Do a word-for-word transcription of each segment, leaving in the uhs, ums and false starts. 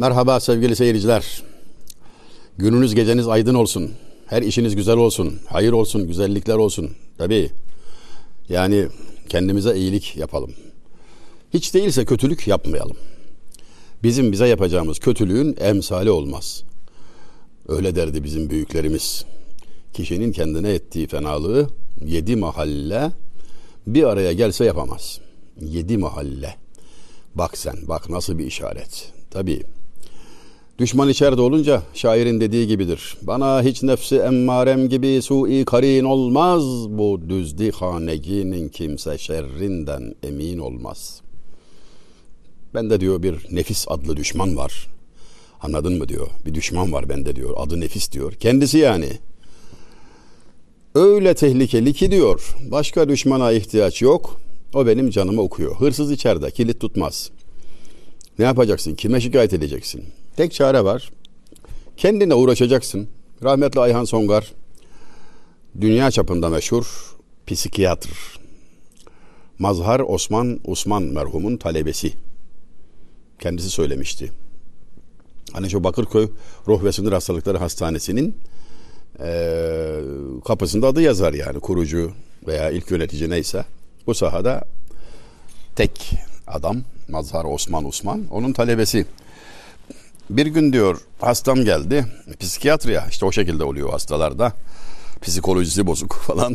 Merhaba sevgili seyirciler. Gününüz geceniz aydın olsun. Her işiniz güzel olsun. Hayır olsun, güzellikler olsun. Tabii yani kendimize iyilik yapalım. Hiç değilse kötülük yapmayalım. Bizim bize yapacağımız kötülüğün emsali olmaz. Öyle derdi bizim büyüklerimiz. Kişinin kendine ettiği fenalığı yedi mahalle bir araya gelse yapamaz. Yedi mahalle. Bak sen, bak nasıl bir işaret. Tabii. Düşman içeride olunca şairin dediği gibidir. Bana hiç nefsi emmarem gibi sui karin olmaz. Bu düzdi haneginin kimse şerrinden emin olmaz. Bende diyor bir nefis adlı düşman var. Anladın mı diyor. Bir düşman var bende diyor. Adı nefis diyor. Kendisi yani. Öyle tehlikeli ki diyor. Başka düşmana ihtiyaç yok. O benim canımı okuyor. Hırsız içeride, kilit tutmaz. Ne yapacaksın? Kime şikayet edeceksin? Tek çare var. Kendine uğraşacaksın. Rahmetli Ayhan Songar, dünya çapında meşhur psikiyatr. Mazhar Osman Osman merhumun talebesi. Kendisi söylemişti. Hani şu Bakırköy Ruh ve Sinir Hastalıkları Hastanesi'nin e, kapısında adı yazar yani. Kurucu veya ilk yönetici neyse. Bu sahada tek adam Mazhar Osman Osman. Onun talebesi. Bir gün diyor hastam geldi. Psikiyatriya işte o şekilde oluyor hastalarda. Psikolojisi bozuk falan.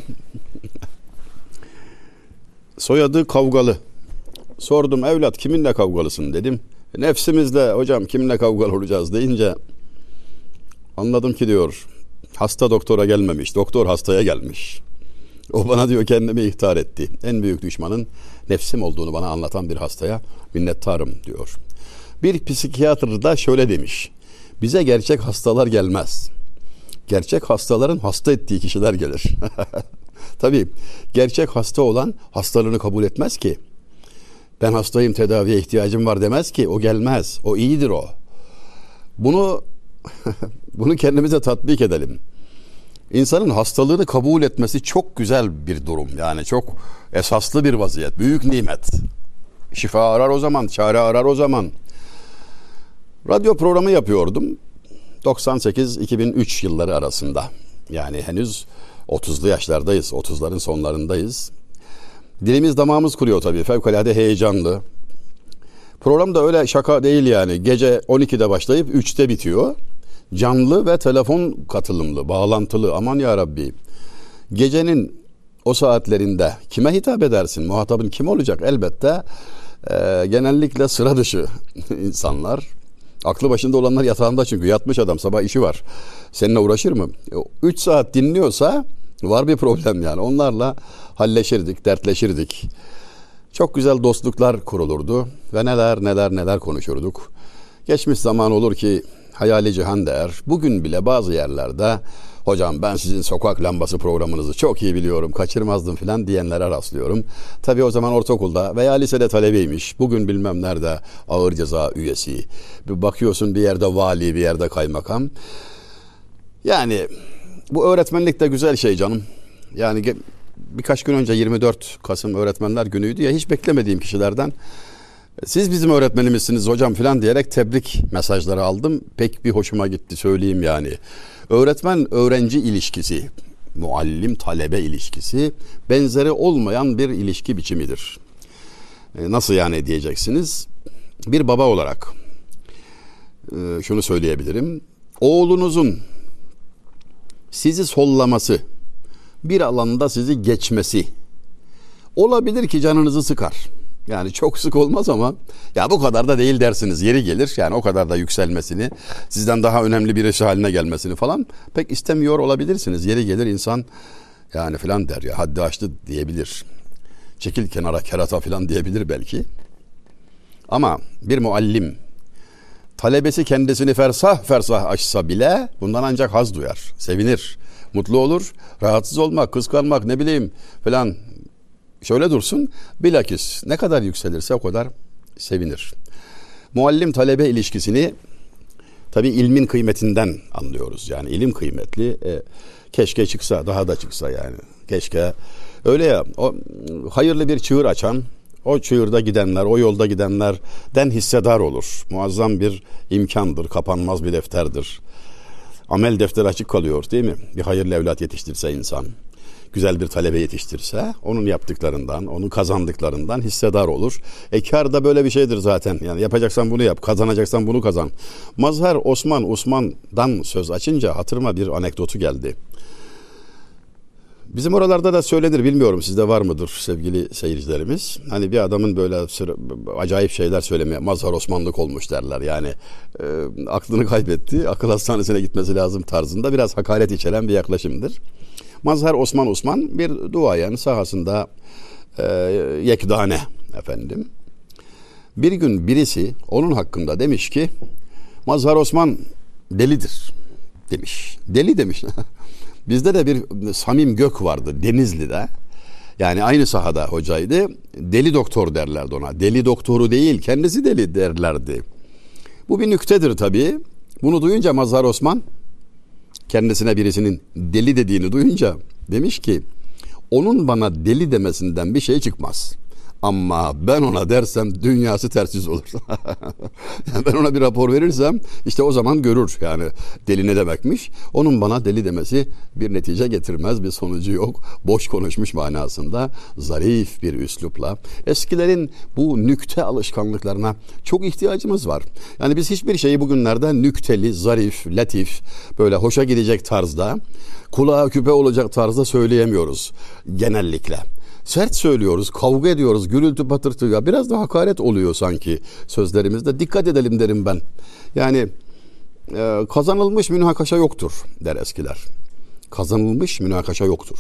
Soyadı Kavgalı. Sordum evlat kiminle kavgalısın dedim. Nefsimizle hocam kiminle kavgalı olacağız deyince anladım ki diyor hasta doktora gelmemiş. Doktor hastaya gelmiş. O bana diyor kendimi ihtar etti. En büyük düşmanın nefsim olduğunu bana anlatan bir hastaya minnettarım diyor. Bir psikiyatr da şöyle demiş. Bize gerçek hastalar gelmez. Gerçek hastaların hasta ettiği kişiler gelir. Tabii gerçek hasta olan hastalığını kabul etmez ki. Ben hastayım, tedaviye ihtiyacım var demez ki. O gelmez. O iyidir o. Bunu bunu kendimize tatbik edelim. İnsanın hastalığını kabul etmesi çok güzel bir durum. Yani çok esaslı bir vaziyet. Büyük nimet. Şifa arar o zaman, çare arar o zaman. Radyo programı yapıyordum. doksan sekiz iki bin üç yılları arasında. Yani henüz otuzlu yaşlardayız. otuzların sonlarındayız. Dilimiz damağımız kuruyor tabii. Fevkalade heyecanlı. Program da öyle şaka değil yani. Gece on ikide başlayıp üçte bitiyor. Canlı ve telefon katılımlı, bağlantılı. Aman ya Rabbi. Gecenin o saatlerinde kime hitap edersin? Muhatabın kim olacak? Elbette e, genellikle sıra dışı insanlar. Aklı başında olanlar yatağında çünkü. Yatmış adam, sabah işi var. Seninle uğraşır mı? Üç saat dinliyorsa var bir problem yani. Onlarla halleşirdik, dertleşirdik. Çok güzel dostluklar kurulurdu. Ve neler neler neler konuşurduk. Geçmiş zaman olur ki hayali cihan der. Bugün bile bazı yerlerde hocam ben sizin sokak lambası programınızı çok iyi biliyorum, kaçırmazdım filan diyenlere rastlıyorum. Tabii o zaman ortaokulda veya lisede talebeymiş. Bugün bilmem nerede ağır ceza üyesi. Bir bakıyorsun bir yerde vali, bir yerde kaymakam. Yani bu öğretmenlik de güzel şey canım. Yani birkaç gün önce yirmi dört Kasım Öğretmenler Günü'ydü ya, hiç beklemediğim kişilerden siz bizim öğretmenimizsiniz hocam filan diyerek tebrik mesajları aldım. Pek bir hoşuma gitti söyleyeyim yani. Öğretmen öğrenci ilişkisi, muallim talebe ilişkisi benzeri olmayan bir ilişki biçimidir. E, nasıl yani diyeceksiniz? Bir baba olarak e, şunu söyleyebilirim. Oğlunuzun sizi sollaması, bir alanda sizi geçmesi olabilir ki canınızı sıkar. Yani çok sık olmaz ama ya bu kadar da değil dersiniz. Yeri gelir yani o kadar da yükselmesini, sizden daha önemli bir iş haline gelmesini falan pek istemiyor olabilirsiniz. Yeri gelir insan yani filan der ya, haddi aştı diyebilir. Çekil kenara kerata filan diyebilir belki. Ama bir muallim talebesi kendisini fersah fersah aşsa bile bundan ancak haz duyar, sevinir, mutlu olur. Rahatsız olmak, kıskanmak ne bileyim filan şöyle dursun, bilakis ne kadar yükselirse o kadar sevinir. Muallim talebe ilişkisini tabii ilmin kıymetinden anlıyoruz. Yani ilim kıymetli. E, keşke çıksa, daha da çıksa yani. Keşke öyle ya. O hayırlı bir çığır açan, o çığırda gidenler, o yolda gidenlerden hissedar olur. Muazzam bir imkandır, kapanmaz bir defterdir. Amel defteri açık kalıyor değil mi? Bir hayırlı evlat yetiştirse insan, güzel bir talebe yetiştirse onun yaptıklarından, onun kazandıklarından hissedar olur. E kar da böyle bir şeydir zaten. Yani yapacaksan bunu yap, kazanacaksan bunu kazan. Mazhar Osman Osman'dan söz açınca hatırıma bir anekdotu geldi. Bizim oralarda da söylenir, bilmiyorum sizde var mıdır sevgili seyircilerimiz. Hani bir adamın böyle acayip şeyler söylemeye, Mazhar Osmanlık olmuş derler. Yani e, aklını kaybetti, akıl hastanesine gitmesi lazım tarzında biraz hakaret içeren bir yaklaşımdır. Mazhar Osman Osman bir duayen sahasında e, yekdane efendim. Bir gün birisi onun hakkında demiş ki Mazhar Osman delidir demiş. Deli demiş. Bizde de bir Samim Gök vardı Denizli'de. Yani aynı sahada hocaydı. Deli doktor derlerdi ona. Deli doktoru değil, kendisi deli derlerdi. Bu bir nüktedir tabii. Bunu duyunca Mazhar Osman kendisine birisinin deli dediğini duyunca demiş ki onun bana deli demesinden bir şey çıkmaz. Ama ben ona dersem dünyası ters yüz olur. Ben ona bir rapor verirsem işte o zaman görür yani deli ne demekmiş. Onun bana deli demesi bir netice getirmez, bir sonucu yok. Boş konuşmuş manasında zarif bir üslupla. Eskilerin bu nükte alışkanlıklarına çok ihtiyacımız var. Yani biz hiçbir şeyi bugünlerde nükteli, zarif, latif, böyle hoşa gidecek tarzda, kulağa küpe olacak tarzda söyleyemiyoruz genellikle. Sert söylüyoruz, kavga ediyoruz, gürültü patırtı, ya biraz da hakaret oluyor sanki sözlerimizde. Dikkat edelim derim ben. Yani e, kazanılmış münakaşa yoktur der eskiler. Kazanılmış münakaşa yoktur.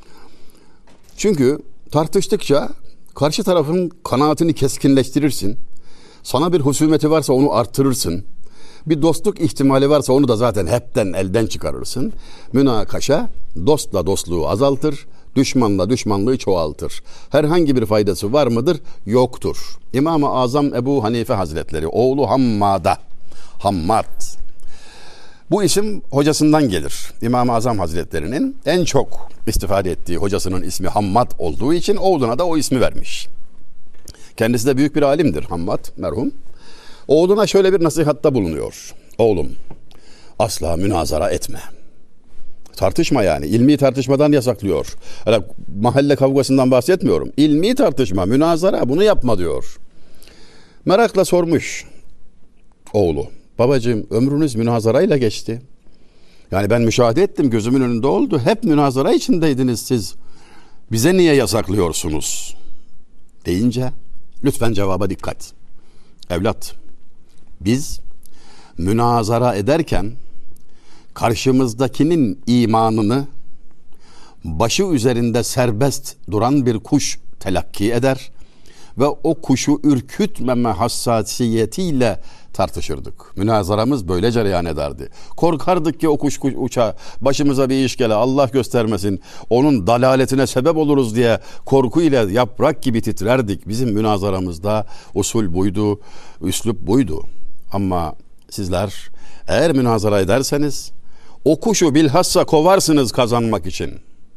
Çünkü tartıştıkça karşı tarafın kanaatini keskinleştirirsin. Sana bir husumeti varsa onu artırırsın. Bir dostluk ihtimali varsa onu da zaten hepten elden çıkarırsın. Münakaşa dostla dostluğu azaltır. Düşmanla düşmanlığı çoğaltır. Herhangi bir faydası var mıdır? Yoktur. İmam-ı Azam Ebu Hanife Hazretleri, oğlu Hammad'a, Hammad. Bu isim hocasından gelir. İmam-ı Azam Hazretleri'nin en çok istifade ettiği hocasının ismi Hammad olduğu için oğluna da o ismi vermiş. Kendisi de büyük bir alimdir Hammad merhum. Oğluna şöyle bir nasihatta bulunuyor. Oğlum, asla münazara etme. Tartışma yani. İlmi tartışmadan yasaklıyor. Öyle mahalle kavgasından bahsetmiyorum. İlmi tartışma, münazara, bunu yapma diyor. Merakla sormuş oğlu. Babacığım, ömrünüz münazarayla geçti. Yani ben müşahede ettim, gözümün önünde oldu. Hep münazara içindeydiniz siz. Bize niye yasaklıyorsunuz? Deyince lütfen cevaba dikkat. Evlat, biz münazara ederken karşımızdakinin imanını başı üzerinde serbest duran bir kuş telakki eder ve o kuşu ürkütmeme hassasiyetiyle tartışırdık. Münazaramız böyle cereyan ederdi. Korkardık ki o kuş, kuş uça, başımıza bir iş gele, Allah göstermesin, onun dalaletine sebep oluruz diye korkuyla yaprak gibi titrerdik. Bizim münazaramızda usul buydu, üslup buydu. Ama sizler eğer münazara ederseniz o kuşu bilhassa kovarsınız kazanmak için.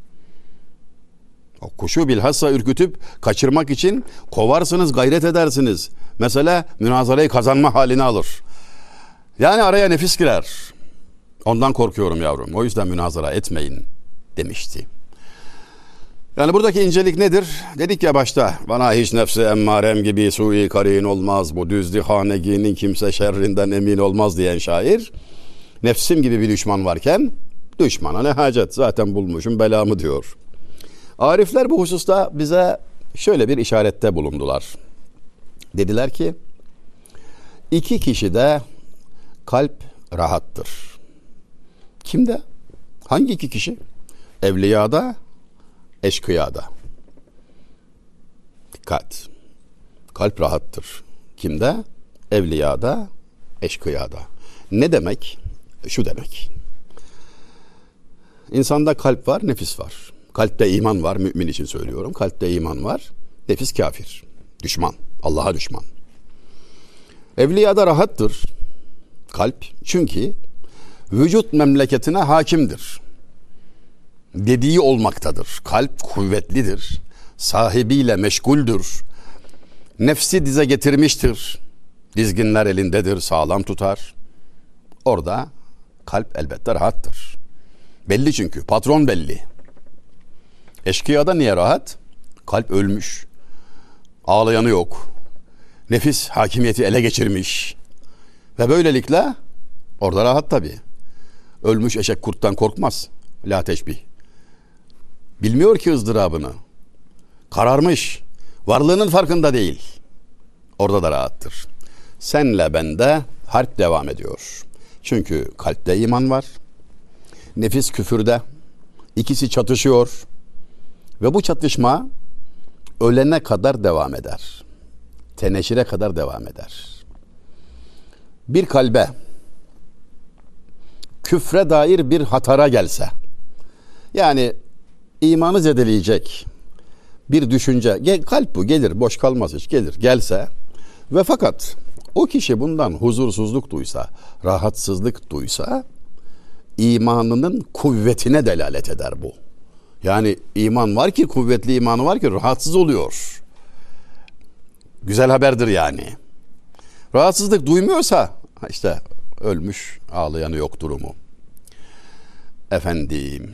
O kuşu bilhassa ürkütüp kaçırmak için kovarsınız, gayret edersiniz. Mesela münazarayı kazanma halini alır. Yani araya nefis girer. Ondan korkuyorum yavrum. O yüzden münazara etmeyin demişti. Yani buradaki incelik nedir? Dedik ya başta, bana hiç nefsi emmarem gibi sui karin olmaz. Bu düzlü haneginin kimse şerrinden emin olmaz diyen şair. Nefsim gibi bir düşman varken düşmana ne hacet, zaten bulmuşum belamı diyor. Arifler bu hususta bize şöyle bir işarette bulundular. Dediler ki iki kişide kalp rahattır. Kimde? Hangi iki kişi? Evliyada, eşkıyada. Dikkat. Kalp rahattır. Kimde? Evliyada, eşkıyada. Ne demek? Şu demek. İnsanda kalp var, nefis var. Kalpte iman var, mümin için söylüyorum. Kalpte iman var, nefis kafir. Düşman, Allah'a düşman. Evliyada rahattır kalp. Çünkü vücut memleketine hakimdir. Dediği olmaktadır. Kalp kuvvetlidir. Sahibiyle meşguldür. Nefsi dize getirmiştir. Dizginler elindedir, sağlam tutar. Orada kalp elbette rahattır. Belli çünkü, patron belli. Eşkıya'da niye rahat? Kalp ölmüş. Ağlayanı yok. Nefis hakimiyeti ele geçirmiş. Ve böylelikle orada rahat tabii. Ölmüş eşek kurttan korkmaz. La teşbih. Bilmiyor ki ızdırabını. Kararmış. Varlığının farkında değil. Orada da rahattır. Senle bende harp devam ediyor. Çünkü kalpte iman var. Nefis küfürde. İkisi çatışıyor. Ve bu çatışma ölene kadar devam eder. Teneşire kadar devam eder. Bir kalbe küfre dair bir hatara gelse, yani imanı zedeleyecek bir düşünce, gel, kalp bu gelir, boş kalmaz hiç, gelir, gelse ve fakat o kişi bundan huzursuzluk duysa, rahatsızlık duysa, imanının kuvvetine delalet eder bu. Yani iman var ki, kuvvetli imanı var ki rahatsız oluyor. Güzel haberdir yani. Rahatsızlık duymuyorsa işte ölmüş, ağlayanı yok durumu. Efendim,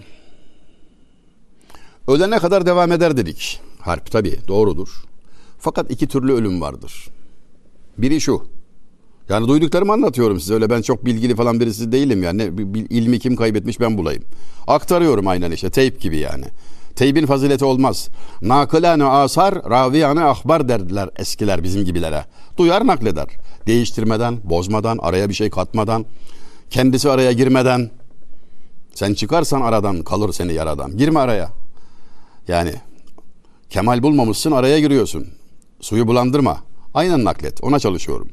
ölene kadar devam eder dedik. Harp tabii doğrudur. Fakat iki türlü ölüm vardır. Biri şu. Yani duyduklarımı anlatıyorum size. Öyle ben çok bilgili falan birisi değilim yani. Ne, ilmi kim kaybetmiş ben bulayım. Aktarıyorum aynen işte. Teyp gibi yani. Teybin fazileti olmaz. Nakılâne asar, raviyâne ahbar derdiler eskiler bizim gibilere. Duyar nakleder. Değiştirmeden, bozmadan, araya bir şey katmadan, kendisi araya girmeden. Sen çıkarsan aradan kalır seni yaradan. Girme araya. Yani kemal bulmamışsın, araya giriyorsun. Suyu bulandırma. Aynen naklet. Ona çalışıyorum.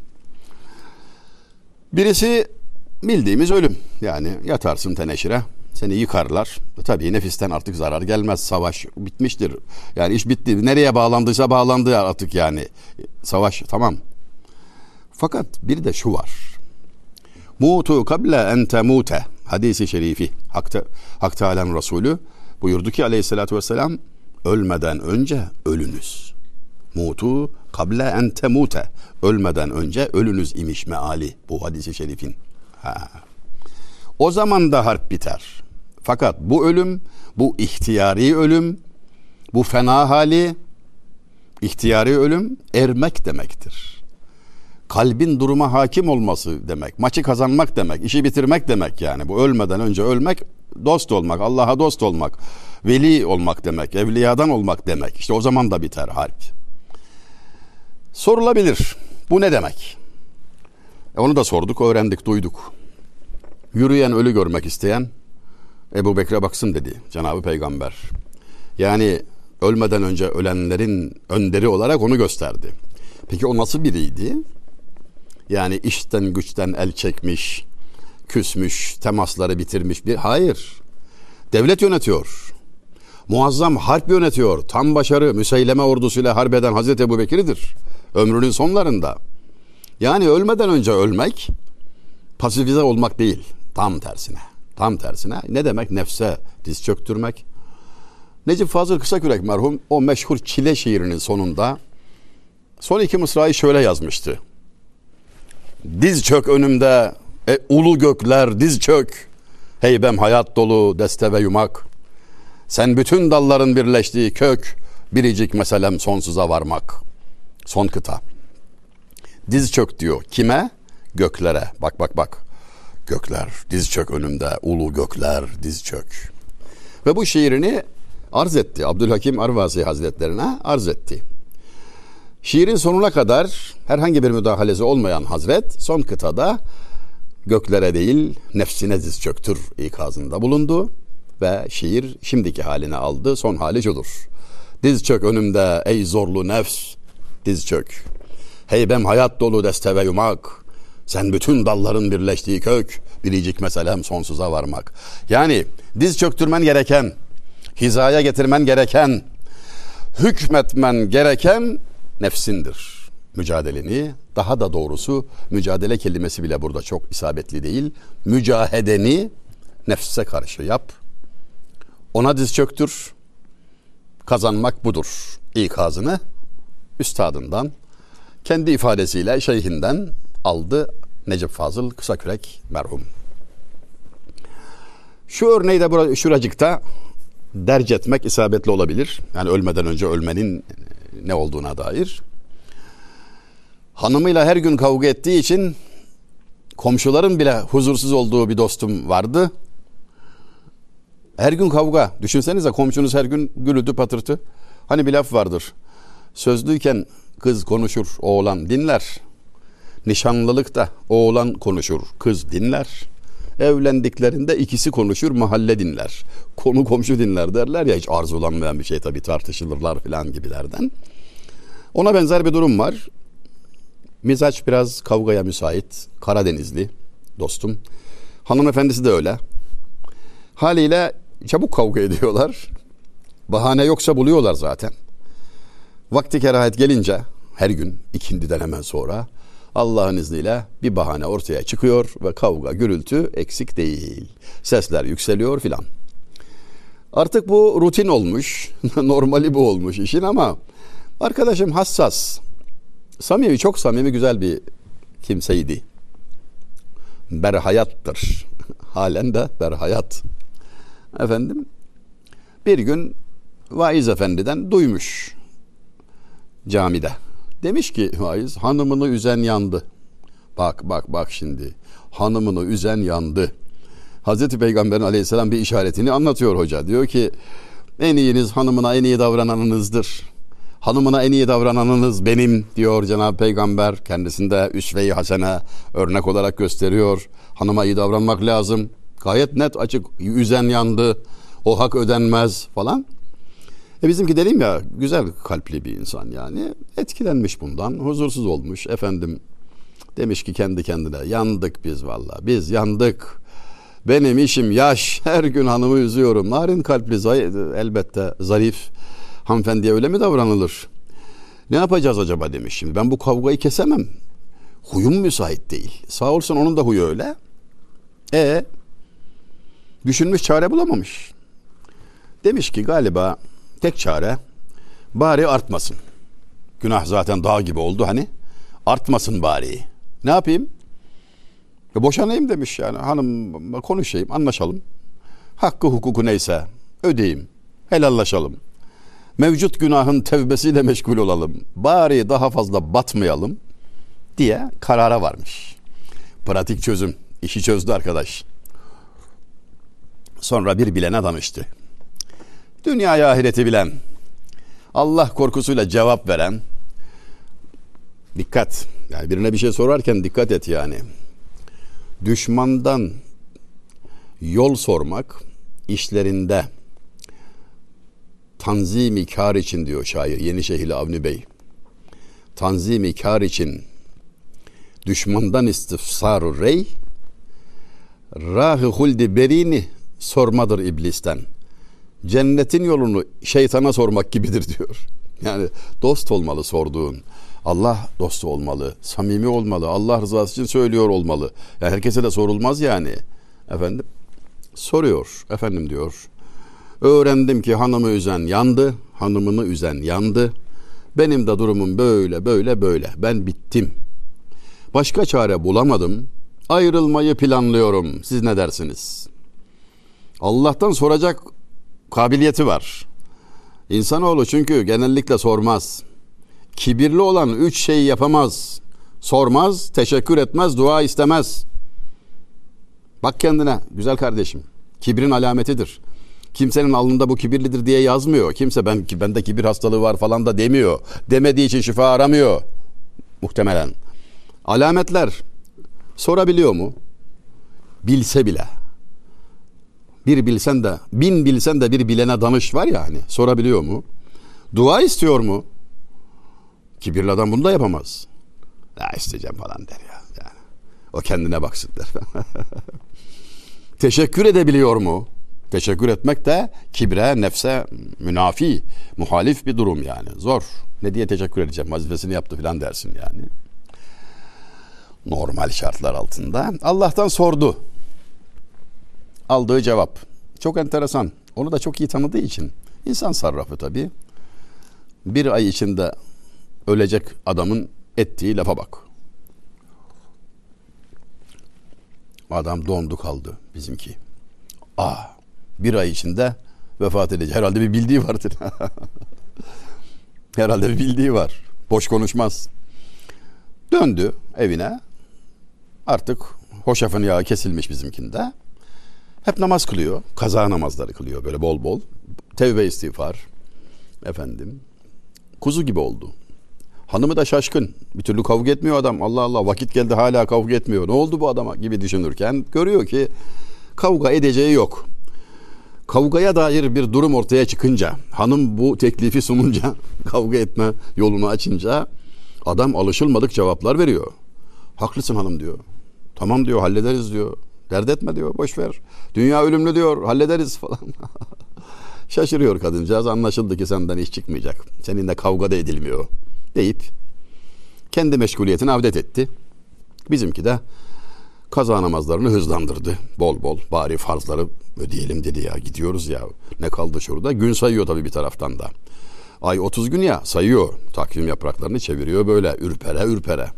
Birisi bildiğimiz ölüm. Yani yatarsın teneşire. Seni yıkarlar. Tabii nefisten artık zarar gelmez. Savaş bitmiştir. Yani iş bitti. Nereye bağlandıysa bağlandı artık yani. Savaş tamam. Fakat bir de şu var. Mutu kable en temute. Hadisi şerifi. Hak, Hak Teala'nın Resulü buyurdu ki aleyhissalatü vesselam, ölmeden önce ölünüz. Mutu kable en temute. Ölmeden önce ölünüz imiş meali bu hadisi şerifin. Ha. O zaman da harp biter. Fakat bu ölüm, bu ihtiyari ölüm, bu fena hali, ihtiyari ölüm ermek demektir. Kalbin duruma hakim olması demek, maçı kazanmak demek, işi bitirmek demek yani. Bu ölmeden önce ölmek, dost olmak, Allah'a dost olmak, veli olmak demek, evliyadan olmak demek. İşte o zaman da biter harp. Sorulabilir, bu ne demek? E onu da sorduk, öğrendik, duyduk. Yürüyen ölü görmek isteyen Ebu Bekir'e baksın dedi Cenab-ı Peygamber. Yani ölmeden önce ölenlerin önderi olarak onu gösterdi. Peki o nasıl biriydi? Yani işten güçten el çekmiş, küsmüş, temasları bitirmiş bir... Hayır. Devlet yönetiyor. Muazzam harp yönetiyor. Tam başarı, Müseyleme ordusuyla harbeden Hazreti Ebu Bekir'idir. Ömrünün sonlarında. Yani ölmeden önce ölmek pasifize olmak değil. Tam tersine. Tam tersine. Ne demek? Nefse diz çöktürmek. Necip Fazıl Kısakürek merhum o meşhur Çile şiirinin sonunda son iki mısrayı şöyle yazmıştı. Diz çök önümde e, ulu gökler diz çök. Heybem hayat dolu deste ve yumak. Sen bütün dalların birleştiği kök. Biricik meselem sonsuza varmak. Son kıta. Diz çök diyor. Kime? Göklere. Bak bak bak. Gökler diz çök önümde. Ulu gökler diz çök. Ve bu şiirini arz etti. Abdülhakim Arvazi Hazretlerine arz etti. Şiirin sonuna kadar herhangi bir müdahalesi olmayan Hazret son kıtada göklere değil nefsine diz çöktür ikazında bulundu ve şiir şimdiki halini aldı. Son hali şudur. Diz çök önümde ey zorlu nefs, diz çök. Heybem hayat dolu deste ve yumak. Sen bütün dalların birleştiği kök, biricik meselem sonsuza varmak. Yani diz çöktürmen gereken, hizaya getirmen gereken, hükmetmen gereken nefsindir. Mücadeleni, daha da doğrusu mücadele kelimesi bile burada çok isabetli değil. Mücahedeni nefse karşı yap. Ona diz çöktür. Kazanmak budur. İkazını üstadından kendi ifadesiyle şeyhinden aldı Necip Fazıl Kısakürek merhum. Şu örneği de bura, şuracıkta derc etmek isabetli olabilir. Yani ölmeden önce ölmenin ne olduğuna dair. Hanımıyla her gün kavga ettiği için komşuların bile huzursuz olduğu bir dostum vardı. Her gün kavga. Düşünsenize, komşunuz her gün gürültü patırtı. Hani bir laf vardır. Sözlüyken kız konuşur, oğlan dinler. Nişanlılıkta oğlan konuşur, kız dinler. Evlendiklerinde ikisi konuşur, mahalle dinler. Konu komşu dinler derler ya, hiç arzulanmayan bir şey tabii, tartışılırlar falan gibilerden. Ona benzer bir durum var. Mizaç biraz kavgaya müsait. Karadenizli dostum. Hanımefendisi de öyle. Haliyle çabuk kavga ediyorlar. Bahane yoksa buluyorlar zaten. Vakti kerahet gelince her gün ikindiden hemen sonra Allah'ın izniyle bir bahane ortaya çıkıyor ve kavga, gürültü eksik değil. Sesler yükseliyor filan. Artık bu rutin olmuş. Normali bu olmuş işin ama arkadaşım hassas. Samimi, çok samimi, güzel bir kimseydi. Berhayattır. Halen de berhayat. Efendim, bir gün vaiz efendiden duymuş camide. Demiş ki vaiz, hanımını üzen yandı. Bak bak bak şimdi. Hanımını üzen yandı. Hazreti Peygamber'in aleyhisselam bir işaretini anlatıyor hoca. Diyor ki en iyiniz hanımına en iyi davrananınızdır. Hanımına en iyi davrananınız benim diyor Cenab-ı Peygamber. Kendisinde üsve-i hasene örnek olarak gösteriyor. Hanıma iyi davranmak lazım. Gayet net, açık. Üzen yandı. O hak ödenmez falan. E bizimki dedim ya, güzel kalpli bir insan yani. Etkilenmiş bundan. Huzursuz olmuş. Efendim demiş ki kendi kendine, yandık biz vallahi. Biz yandık. Benim işim yaş. Her gün hanımı üzüyorum. Narin kalpli, zay- elbette zarif hanımefendiye öyle mi davranılır? Ne yapacağız acaba demiş. Şimdi ben bu kavgayı kesemem. Huyum müsait değil. Sağ olsun onun da huyu öyle. E düşünmüş, çare bulamamış. Demiş ki galiba tek çare bari artmasın. Günah zaten dağ gibi oldu hani. Artmasın bari. Ne yapayım? E boşanayım demiş yani. Hanımla konuşayım, anlaşalım. Hakkı hukuku neyse ödeyeyim. Helallaşalım. Mevcut günahın tevbesiyle meşgul olalım. Bari daha fazla batmayalım diye karara varmış. Pratik çözüm. İşi çözdü arkadaş. Sonra bir bilene danıştı. Dünyayı ahireti bilen, Allah korkusuyla cevap veren, dikkat, yani birine bir şey sorarken dikkat et yani. Düşmandan yol sormak işlerinde tanzimi kar için diyor şair Yenişehirli Avni Bey. Tanzimi kar için düşmandan istifsar-ı rey, rah-ı huldi berini sormadır iblisten. Cennetin yolunu şeytana sormak gibidir diyor. Yani dost olmalı sorduğun. Allah dostu olmalı. Samimi olmalı. Allah rızası için söylüyor olmalı. Yani herkese de sorulmaz yani. Efendim soruyor. Efendim diyor. Öğrendim ki hanımı üzen yandı. Hanımını üzen yandı. Benim de durumum böyle böyle böyle. Ben bittim. Başka çare bulamadım. Ayrılmayı planlıyorum. Siz ne dersiniz? Allah'tan soracak kabiliyeti var. İnsanoğlu çünkü genellikle sormaz. Kibirli olan üç şeyi yapamaz. Sormaz, teşekkür etmez, dua istemez. Bak kendine güzel kardeşim. Kibrin alametidir. Kimsenin alnında bu kibirlidir diye yazmıyor. Kimse ben bende kibir hastalığı var falan da demiyor. Demediği için şifa aramıyor. Muhtemelen. Alametler sorabiliyor mu? Bilse bile. Bir bilsen de, bin bilsen de bir bilene danış var ya hani. Sorabiliyor mu? Dua istiyor mu? Kibirli adam bunu da yapamaz. Ya isteyeceğim falan der ya. Yani, o kendine baksın der. Teşekkür edebiliyor mu? Teşekkür etmek de kibre, nefse münafi, muhalif bir durum yani. Zor. Ne diye teşekkür edeceğim? Vazifesini yaptı falan dersin yani. Normal şartlar altında. Allah'tan sordu. Aldığı cevap çok enteresan. Onu da çok iyi tanıdığı için. İnsan sarrafı tabii. Bir ay içinde ölecek adamın Ettiği lafa bak. Adam dondu kaldı bizimki. Aa, bir ay içinde vefat edecek. Herhalde bir bildiği vardır. Herhalde bir bildiği var. Boş konuşmaz. Döndü evine. Artık hoşafın yağı kesilmiş bizimkinde. Hep namaz kılıyor. Kaza namazları kılıyor böyle bol bol. Tevbe istiğfar. Efendim. Kuzu gibi oldu. Hanımı da şaşkın. Bir türlü kavga etmiyor adam. Allah Allah, vakit geldi hala kavga etmiyor. Ne oldu bu adama gibi düşünürken görüyor ki kavga edeceği yok. Kavgaya dair bir durum ortaya çıkınca, hanım bu teklifi sununca, kavga etme yolunu açınca adam alışılmadık cevaplar veriyor. Haklısın hanım diyor. Tamam diyor, hallederiz diyor. Dert etme diyor, boş ver. Dünya ölümlü diyor, hallederiz falan. Şaşırıyor kadıncağız. Anlaşıldı ki senden iş çıkmayacak. Seninle kavga da edilmiyor deyip kendi meşguliyetini avdet etti. Bizimki de kaza namazlarını hızlandırdı. Bol bol bari farzları ödeyelim dedi ya. Gidiyoruz ya. Ne kaldı şurada? Gün sayıyor tabii bir taraftan da. Ay otuz gün ya, sayıyor. Takvim yapraklarını çeviriyor böyle ürpere ürpere.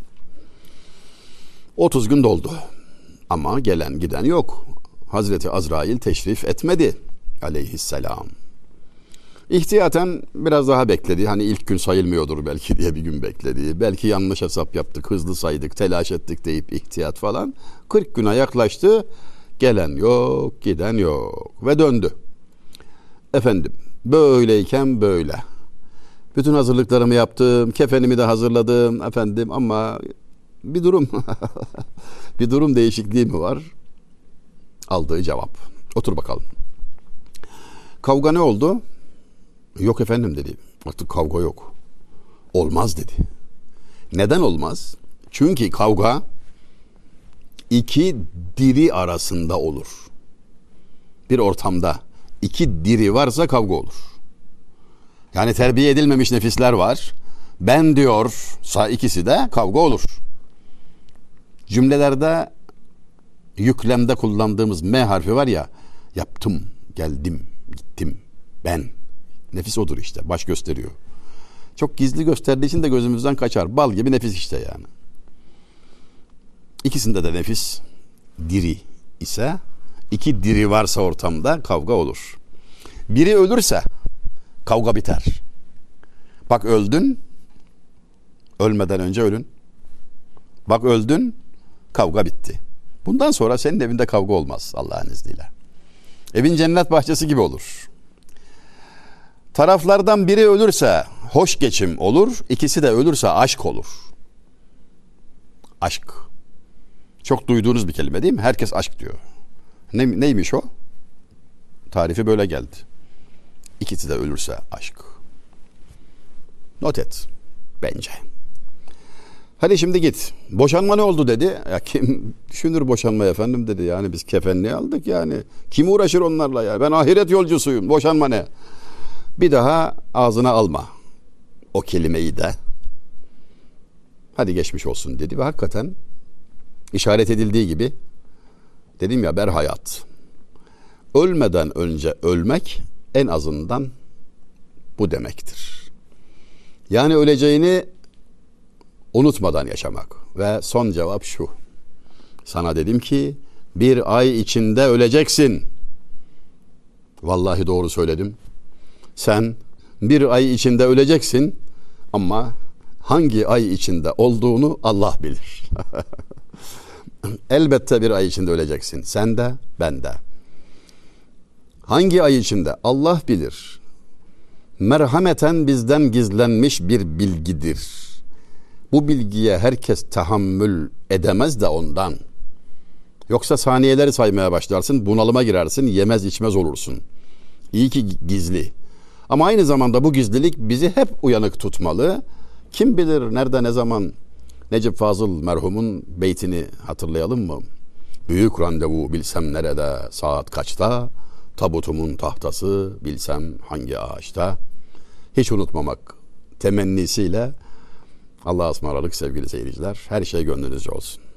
otuz gün doldu. Ama gelen giden yok. Hazreti Azrail teşrif etmedi aleyhisselam. İhtiyaten biraz daha bekledi. Hani ilk gün sayılmıyordur belki diye bir gün bekledi. Belki yanlış hesap yaptık, hızlı saydık, telaş ettik deyip ihtiyat falan. kırk güne yaklaştı. Gelen yok, giden yok. Ve döndü. Efendim, böyleyken böyle. Bütün hazırlıklarımı yaptım, kefenimi de hazırladım efendim ama bir durum, bir durum değişikliği mi var? Aldığı cevap. Otur bakalım. Kavga ne oldu? Yok efendim dedi. Artık kavga yok. Olmaz dedi. Neden olmaz? Çünkü kavga iki diri arasında olur. Bir ortamda iki diri varsa kavga olur. Yani terbiye edilmemiş nefisler var. Ben diyorsa ikisi de kavga olur. Cümlelerde yüklemde kullandığımız M harfi var ya, yaptım, geldim, gittim, ben. Nefis odur işte, baş gösteriyor. Çok gizli gösterdiği için de gözümüzden kaçar. Bal gibi nefis işte yani. İkisinde de nefis diri ise, iki diri varsa ortamda kavga olur. Biri ölürse kavga biter. Bak öldün, ölmeden önce ölün. Bak öldün, kavga bitti. Bundan sonra senin evinde kavga olmaz Allah'ın izniyle. Evin cennet bahçesi gibi olur. Taraflardan biri ölürse hoş geçim olur, ikisi de ölürse aşk olur. Aşk. Çok duyduğunuz bir kelime değil mi? Herkes aşk diyor. Ne, neymiş o? Tarifi böyle geldi. İkisi de ölürse aşk. Not et. Bence. Hadi şimdi git. Boşanma ne oldu dedi. Ya kim düşünür boşanma efendim dedi. Yani biz kefenliği aldık yani. Kim uğraşır onlarla ya? Ben ahiret yolcusuyum. Boşanma ne? Bir daha ağzına alma o kelimeyi de. Hadi geçmiş olsun dedi ve hakikaten işaret edildiği gibi dedim ya, berhayat. Ölmeden önce ölmek en azından bu demektir. Yani öleceğini unutmadan yaşamak. Ve son cevap şu. Sana dedim ki bir ay içinde öleceksin. Vallahi doğru söyledim. Sen bir ay içinde öleceksin ama hangi ay içinde olduğunu Allah bilir. Elbette bir ay içinde öleceksin. Sen de, ben de. Hangi ay içinde? Allah bilir. Merhameten bizden gizlenmiş bir bilgidir. Bu bilgiye herkes tahammül edemez de ondan. Yoksa saniyeleri saymaya başlarsın, bunalıma girersin, yemez içmez olursun. İyi ki gizli. Ama aynı zamanda bu gizlilik bizi hep uyanık tutmalı. Kim bilir nerede, ne zaman? Necip Fazıl merhumun beytini hatırlayalım mı? Büyük randevu bilsem nerede, saat kaçta? Tabutumun tahtası bilsem hangi ağaçta? Hiç unutmamak temennisiyle Allah'a ısmarladık sevgili seyirciler. Her şey gönlünüzce olsun.